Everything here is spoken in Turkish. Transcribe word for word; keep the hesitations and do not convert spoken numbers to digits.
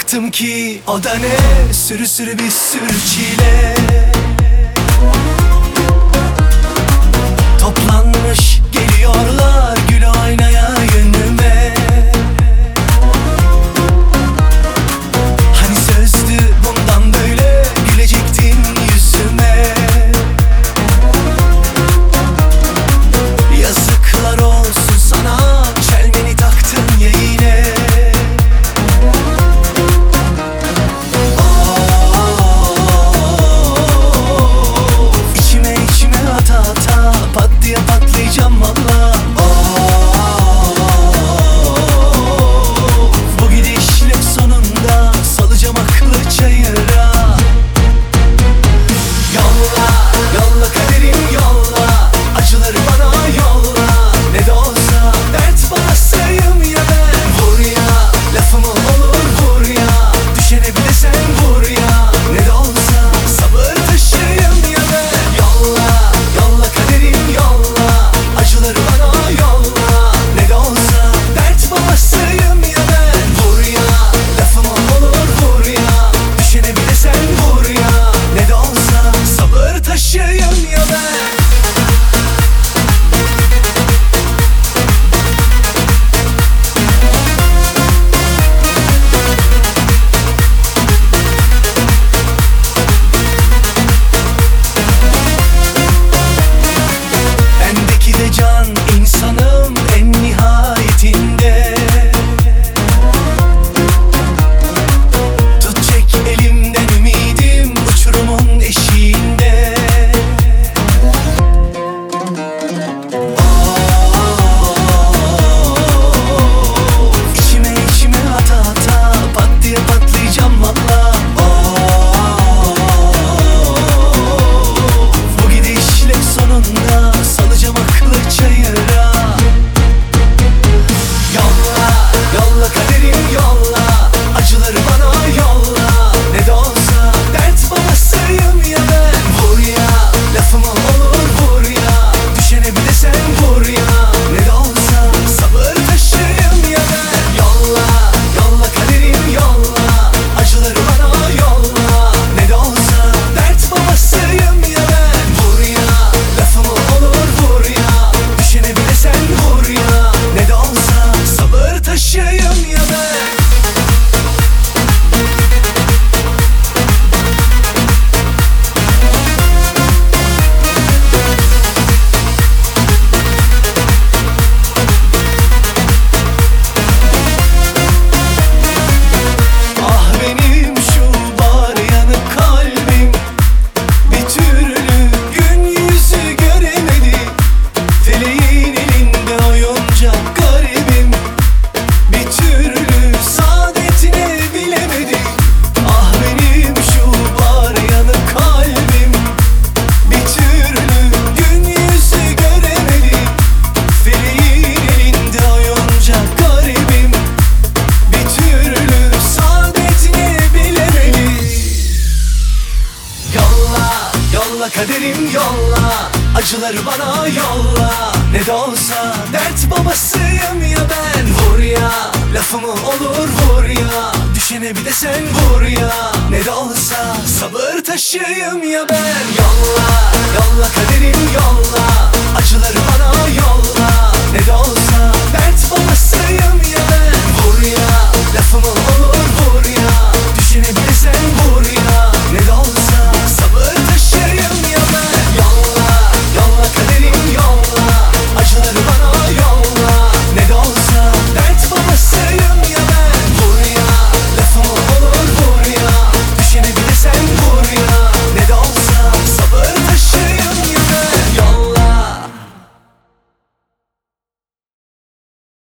baktım ki o da ne, sürü sürü bir sürü çile. Toplanmış geliyorlar gül oynaya yönüme. Hani sözdü bundan böyle gülecektin yüzüme. Yazıklar olsun sana, çelmeni taktın ya yine. Of, içime içime ata ata pat diye patlayacağım valla. Of, bu gidişle sonunda salacağım aklı çayıra. Yolla, yolla kaderim yolla, acıları bana yolla. Ne de olsa dert basayım ya ben. Vur ya, lafımı olur vur ya, düşene bir de sen vur ya. Ne de olsa sabır taşıyım ya ben. Yolla, yolla kaderim yolla, acıları bana yolla. Ne de olsa dert basayım ya ben. Vur ya, lafımı olur vur ya, düşene bir de sen vur ya. Ne de olsa sabır taşıyım ya ben. Bendeki de can insanım en nihayetinde. Tut çek elimden ümidim uçurumun eşiğinde. Of, içime içime ata ata pat diye patlayacağım valla. Of, bu gidişle sonunda salacağım aklı çayıra. Yolla, yolla kaderim yolla, acıları bana yolla. Ne de olsa dert basayım ya ben. Vur ya, lafımı olur vur ya, düşene bir de sen vur ya. Ne de olsa sabır taşıyım ya ben. Yolla, yolla kaderim yolla, acıları bana yolla. Ne de olsa dert basayım ya ben. Vur ya, lafımı olur vur ya, düşene bir de sen vur ya. Ne de olsa sabır taşıyım ya ben. Ah benim şu bar yanık kalbim, bir türlü gün yüzü göremedi. Feleğin elinde oyuncak garibim, bir türlü saadetine bilemedi. Ah benim şu bar yanık kalbim, bir türlü gün yüzü göremedi. Feleğin elinde oyuncak garibim, bir türlü saadetine bilemedi. Yolla, yolla kaderim yolla, acıları bana yolla. Ne de olsa dert babasıyım ya ben. Vur ya, lafımı olur vur ya, düşene bir de sen vur ya. Ne de olsa sabır taşıyım ya ben. Yolla,